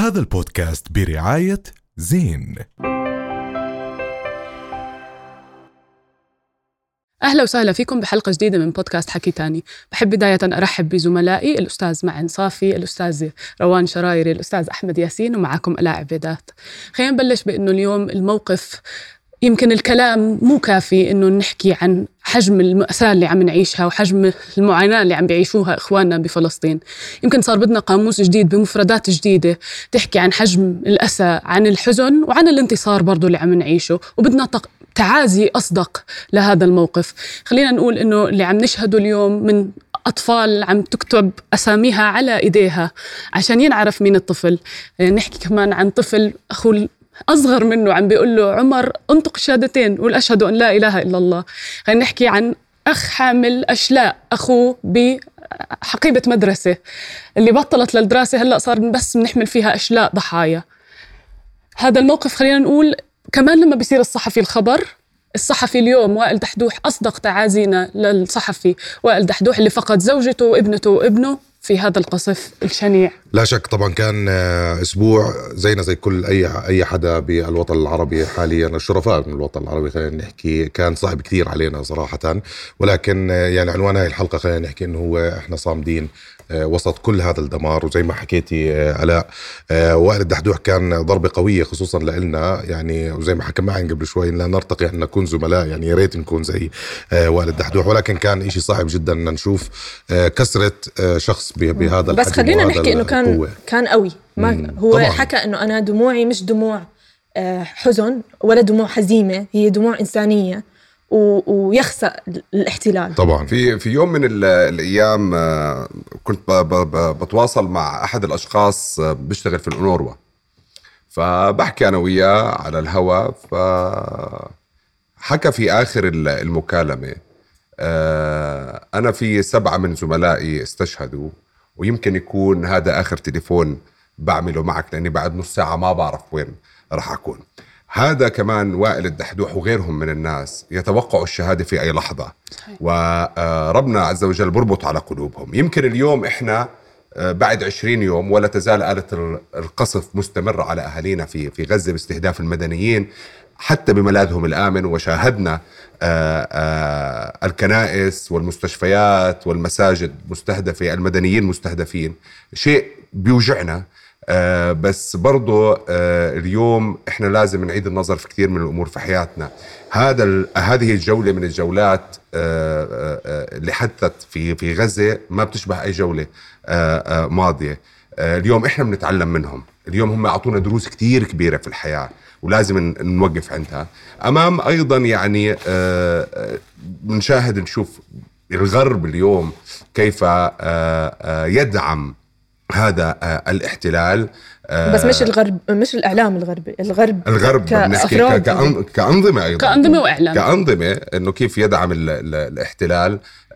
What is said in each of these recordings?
هذا البودكاست برعاية زين. أهلا وسهلا فيكم بحلقة جديدة من بودكاست حكي تاني. بحب بداية أرحب بزملائي الأستاذ معن صافي، الأستاذ روان شرايري، الأستاذ أحمد ياسين، ومعكم ألاء عبيدات. خلينا نبلش بأنه اليوم الموقف يمكن الكلام مو كافي إنه نحكي عن حجم المأساة اللي عم نعيشها وحجم المعاناة اللي عم بيعيشوها إخواننا بفلسطين. يمكن صار بدنا قاموس جديد بمفردات جديدة تحكي عن حجم الأسى، عن الحزن، وعن الانتصار برضو اللي عم نعيشه، وبدنا تعازي أصدق لهذا الموقف. خلينا نقول إنه اللي عم نشهده اليوم من أطفال عم تكتب أساميها على إيديها عشان ينعرف مين الطفل. نحكي كمان عن طفل أخو أصغر منه عم بيقول له عمر انطق الشهادتين وقل أشهد أن لا إله إلا الله. خلينا نحكي عن أخ حامل أشلاء أخوه بحقيبة مدرسة اللي بطلت للدراسة، هلأ صار بس بنحمل فيها أشلاء ضحايا. هذا الموقف خلينا نقول كمان لما بيصير الصحفي الخبر، الصحفي اليوم وائل دحدوح أصدق تعازينا للصحفي وائل دحدوح اللي فقد زوجته وابنته وابنه في هذا القصف الشنيع. لا شك طبعا كان أسبوع زينا زي كل أي حدا بالوطن العربي حاليا، الشرفاء من الوطن العربي خلينا نحكي، كان صعب كثير علينا صراحة. ولكن يعني عنوان هاي الحلقة خلينا نحكي إنه هو إحنا صامدين وسط كل هذا الدمار. وزي ما حكيتي ألاء، وائل الدحدوح كان ضربة قوية خصوصا لإلنا يعني، وزي ما حكى معي قبل شوي لا نرتقي أن نكون زملاء، يعني يا ريت نكون زي وائل الدحدوح، ولكن كان إشي صعب جدا أن نشوف كسرة شخص بهذا الحجم. بس خلينا نحكي إنه كان قوي. ما هو طبعاً حكى إنه أنا دموعي مش دموع حزن ولا دموع حزيمة، هي دموع إنسانية ويخسأ الاحتلال. طبعا في يوم من الأيام كنت بتواصل مع أحد الأشخاص بيشتغل في الأونروا، فبحكي أنا وياه على الهواء، فحكى في آخر المكالمة أنا في 7 من زملائي استشهدوا، ويمكن يكون هذا آخر تليفون بعمله معك لأني بعد نص ساعة ما بعرف وين رح أكون. هذا كمان وائل الدحدوح وغيرهم من الناس يتوقعوا الشهادة في أي لحظة، وربنا عز وجل بربط على قلوبهم. يمكن اليوم إحنا بعد 20 يوم ولا تزال آلة القصف مستمرة على أهالينا في غزة باستهداف المدنيين حتى بملاذهم الآمن، وشاهدنا الكنائس والمستشفيات والمساجد مستهدفة، المدنيين مستهدفين، شيء بيوجعنا. بس برضو اليوم إحنا لازم نعيد النظر في كثير من الأمور في حياتنا. هذه الجولة من الجولات اللي حدثت في غزة ما بتشبه أي جولة ماضية. اليوم إحنا بنتعلم منهم، اليوم هم أعطونا دروس كثير كبيرة في الحياة ولازم نوقف عندها. أمام أيضا يعني نشوف الغرب اليوم كيف يدعم هذا الاحتلال. بس مش الغرب، مش الإعلام الغربي، الغرب كأنظمة أيضا، كأنظمة وإعلام، كأنظمة إنه كيف يدعم الاحتلال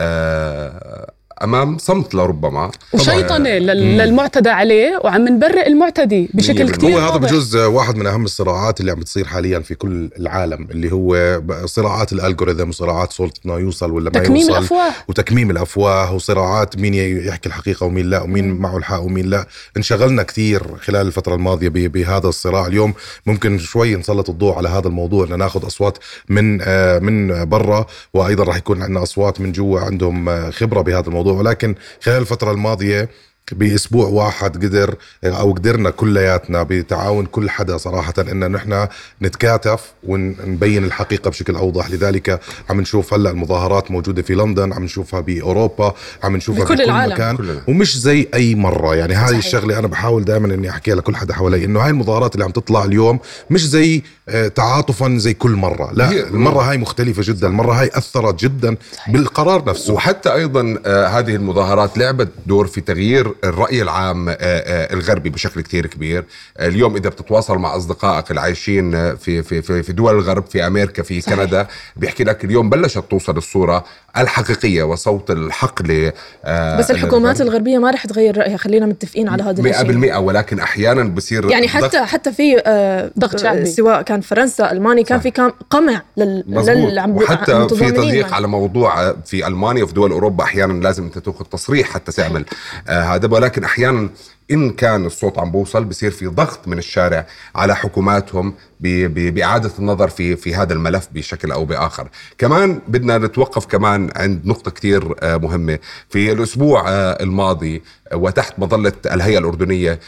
أمام صمت لربما وشيطنة للمعتدى عليه، وعم نبرئ المعتدي بشكل كتير واضح. هذا بجوز واحد من أهم الصراعات اللي عم بتصير حاليا في كل العالم، اللي هو صراعات الألغوريثم وصراعات سلطتنا يوصل ولا ما تكميم يوصل، الأفواه وتكميم الأفواه، وصراعات مين يحكي الحقيقة ومين لا، ومين معه الحق ومين لا. انشغلنا كثير خلال الفترة الماضية بهذا الصراع. اليوم ممكن شوي نسلط الضوء على هذا الموضوع، أن ناخذ أصوات من برا، وأيضا راح يكون عندنا أصوات من جوا عندهم خبرة بهذا الموضوع. ولكن خلال الفترة الماضية بأسبوع واحد قدرنا كلياتنا بتعاون كل حدا صراحة إن نحن نتكاتف ونبين الحقيقة بشكل أوضح. لذلك عم نشوف هلأ المظاهرات موجودة في لندن، عم نشوفها بأوروبا، عم نشوفها في كل مكان كلنا. ومش زي أي مرة يعني. هذه الشغلة أنا بحاول دائما إني أحكيها لكل حدا حوالي، إنه هاي المظاهرات اللي عم تطلع اليوم مش زي تعاطفا زي كل مرة، لا المرة هاي مختلفة جدا. المرة هاي أثرت جدا بالقرار نفسه. وحتى أيضا هذه المظاهرات لعبت دور في تغيير الرأي العام الغربي بشكل كتير كبير. اليوم إذا بتتواصل مع أصدقائك العايشين في دول الغرب، في أمريكا، في صحيح. كندا، بيحكي لك اليوم بلشت توصل الصورة الحقيقية وصوت الحق بس الحكومات الغربية ما رح تغير رأيها، خلينا متفقين على هذا الشيء 100%. ولكن أحيانا بصير يعني حتى في ضغط شعبي، سواء كان فرنسا، ألمانيا، كان في قمع وحتى في تضييق على موضوع في ألمانيا وفي دول أوروبا. أحيانا لازم أنت تأخذ تصريح حتى تعمل هذا. ولكن أحيانا إن كان الصوت عم بوصل بصير في ضغط من الشارع على حكوماتهم بإعادة النظر في هذا الملف بشكل أو بآخر. كمان بدنا نتوقف كمان عند نقطة كتير مهمة. في الأسبوع الماضي وتحت مظلة الهيئة الأردنية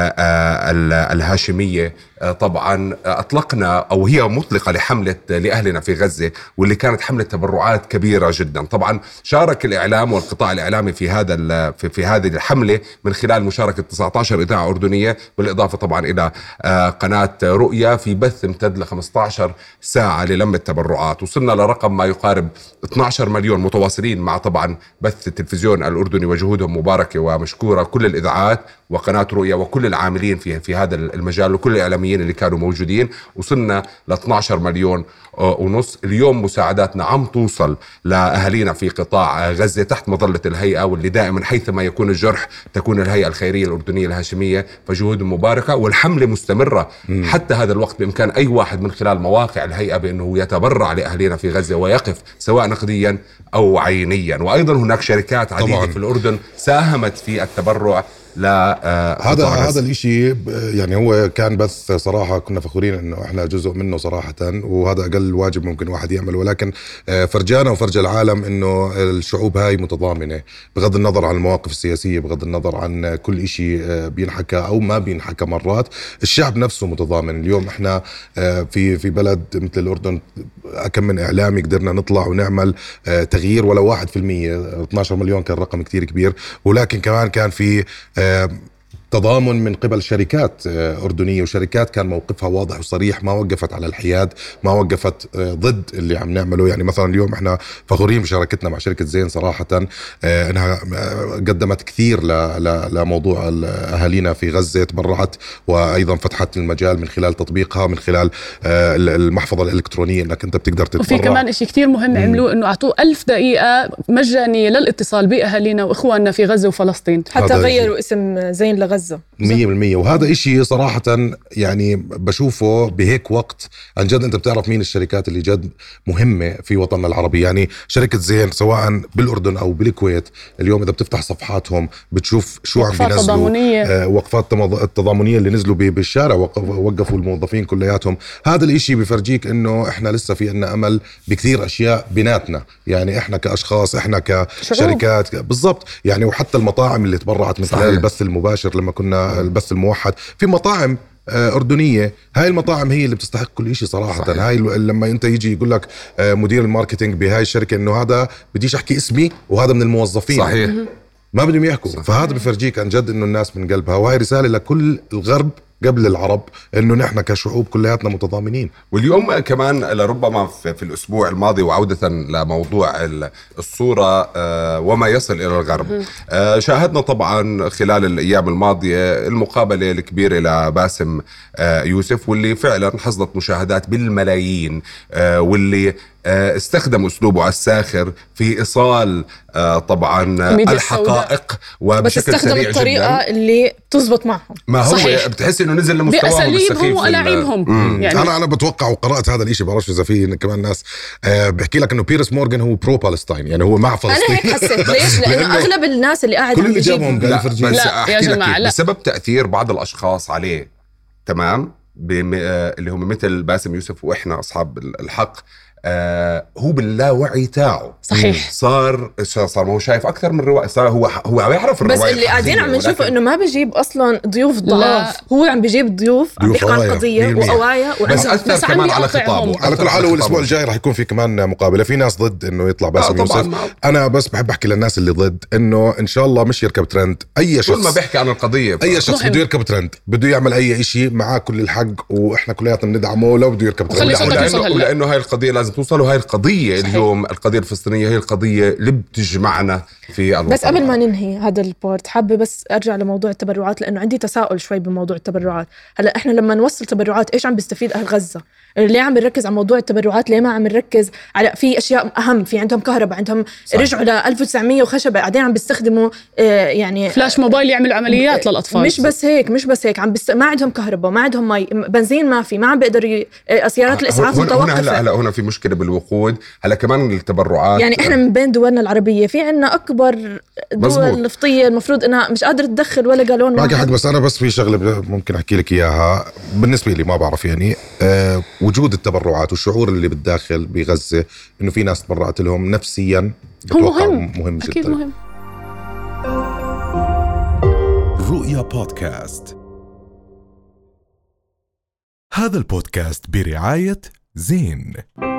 الهاشمية طبعا أطلقنا أو هي مطلقة لحملة لأهلنا في غزة، واللي كانت حملة تبرعات كبيرة جدا. طبعا شارك الإعلام والقطاع الإعلامي في هذه الحملة من خلال مشاركة 19 إذاعة أردنية، بالإضافة طبعا إلى قناة رؤية في بث امتد ل 15 ساعة للم التبرعات. وصلنا لرقم ما يقارب 12 مليون متواصلين مع طبعا بث التلفزيون الأردني وجهودهم مباركة ومشكورة كل الإذاعات وقناة رؤية وكل العاملين في هذا المجال وكل الإعلاميين اللي كانوا موجودين. وصلنا ل 12 مليون ونص. اليوم مساعداتنا عم توصل لأهالينا في قطاع غزة تحت مظلة الهيئة، واللي دائما حيثما يكون الجرح تكون الهيئة الخيرية الأردنية الهاشمية، فجهود مباركة والحملة مستمرة حتى هذا الوقت. بإمكان أي واحد من خلال مواقع الهيئة بأنه يتبرع لأهالينا في غزة ويقف سواء نقديا أو عينيا. وأيضا هناك شركات عديدة طبعاً في الأردن ساهمت في التبرع. هذا الاشي يعني هو كان بس صراحة كنا فخورين انه احنا جزء منه صراحة، وهذا اقل واجب ممكن واحد يعمل، ولكن فرجانا وفرج العالم انه الشعوب هاي متضامنة بغض النظر عن المواقف السياسية، بغض النظر عن كل اشي بينحكى او ما بينحكى. مرات الشعب نفسه متضامن. اليوم احنا في بلد مثل الاردن كم من اعلامي قدرنا نطلع ونعمل تغيير ولو 1%. 12 مليون كان رقم كتير كبير، ولكن كمان كان في تضامن من قبل شركات أردنية، وشركات كان موقفها واضح وصريح، ما وقفت على الحياد، ما وقفت ضد اللي عم نعمله. يعني مثلا اليوم احنا فخورين بشراكتنا مع شركة زين صراحة، انها قدمت كثير لموضوع أهالينا في غزة، تبرعت وأيضا فتحت المجال من خلال تطبيقها، من خلال المحفظة الإلكترونية انك انت بتقدر تتبرع. وفي كمان اشي كتير مهم عملوه، انه اعطوه 1000 دقيقة مجانية للاتصال بأهالينا وإخواننا في غزة وفلسطين، حتى غيروا اسم زين لغزة 100%. وهذا إشي صراحة يعني بشوفه بهيك وقت عن جد انت بتعرف مين الشركات اللي جد مهمة في وطننا العربي. يعني شركة زين سواء بالأردن أو بالكويت، اليوم إذا بتفتح صفحاتهم بتشوف شو عم بينزلوا، وقفات التضامنية اللي نزلوا بالشارع وقفوا الموظفين كلياتهم. هذا الإشي بيفرجيك إنه إحنا لسه في عنا أمل بكثير أشياء بيناتنا، يعني إحنا كأشخاص، إحنا كشركات بالضبط. يعني وحتى المطاعم اللي تبرعت من خلال البث المباشر، لما كنا البث الموحد في مطاعم أردنية، هاي المطاعم هي اللي بتستحق كل إشي صراحة. صحيح. هاي لما أنت يجي يقول لك مدير الماركتينج بهاي الشركة إنه هذا بديش أحكي اسمي وهذا من الموظفين، صحيح، ما بدهم يحكوا. صحيح. فهذا بفرجيك عن جد إنه الناس من قلبها، وهاي رسالة لكل الغرب قبل العرب إنه نحن كشعوب كلياتنا متضامنين. واليوم كمان لربما في الأسبوع الماضي، وعودة لموضوع الصورة وما يصل إلى الغرب، شاهدنا طبعا خلال الأيام الماضية المقابلة الكبيرة لباسم يوسف، واللي فعلا حصلت مشاهدات بالملايين، واللي استخدم أسلوبه الساخر في إيصال طبعا الحقائق وبشكل سريع جدا، الطريقة اللي تزبط معهم. ما هو صحيح. بتحس إنه نزل لمستواهم بأساليبهم وألاعيبهم. يعني أنا بتوقع وقرأت هذا الإشي، بعرفش إذا في كمان ناس بحكي لك إنه بيرس مورغان هو برو بالستاين، يعني هو مع فلسطين. أنا هيك حسيت. ليش؟ لأنه أغلب الناس اللي قاعد كل اللي جابهم قال فرجين. بس أحكي لك بسبب تأثير بعض الأشخاص عليه، تمام، اللي هم مثل باسم يوسف وإحنا أصحاب الحق، هو باللاوعي تاعه صحيح صار ما هو شايف اكثر من رواية، صار هو عم يعرف الرواية. بس اللي قاعدين عم نشوفه انه ما بيجيب اصلا ضيوف ضعاف، هو عم بيجيب ضيوف عم بيحكوا عن قضيه وقوايا، بس اثر كمان على خطابه. على كل حال هو الاسبوع الجاي راح يكون في كمان مقابله، في ناس ضد انه يطلع باسم يوسف. انا بس بحب احكي للناس اللي ضد انه ان شاء الله مش يركب ترند. اي شخص كل ما بيحكي عن القضيه، اي شخص بده يركب ترند، بده يعمل اي شيء، معاه كل الحق، واحنا كلياتنا بندعمه لو بده يركب ترند. لانه هاي القضيه لازم توصل، وهي القضيه اليوم القضية الفلسطينية هي القضية اللي بتجمعنا في الوطن. بس قبل ما ننهي هذا البارت، حابة بس أرجع لموضوع التبرعات، لأنه عندي تساؤل شوي بموضوع التبرعات. هلأ إحنا لما نوصل تبرعات إيش عم بيستفيد أهل غزة؟ ليه عم بنركز على موضوع التبرعات؟ ليه ما عم نركز على في أشياء أهم؟ في عندهم كهرباء، عندهم صحيح. رجعوا ل 1900 وخشبة، بعدين عم بيستخدموا يعني فلاش موبايل يعمل عمليات للأطفال. مش بس هيك ما عندهم كهرباء، ما عندهم مي، بنزين ما في، ما عم بيقدروا سيارات الإسعاف متوقفة. هنا في مشكلة بالوقود. هلا كمان التبرعات يعني احنا من بين دولنا العربية في عنا أكبر دول نفطية المفروض إنها مش قادرة تدخل ولا قالون معك واحد. حق، بس أنا بس في شغلة ممكن أحكي لك إياها بالنسبة لي ما بعرف يعني وجود التبرعات والشعور اللي بالداخل بغزة إنه في ناس تبرعت لهم نفسيا هو مهم جدا. أكيد مهم. رؤيا بودكاست. هذا البودكاست برعاية زين.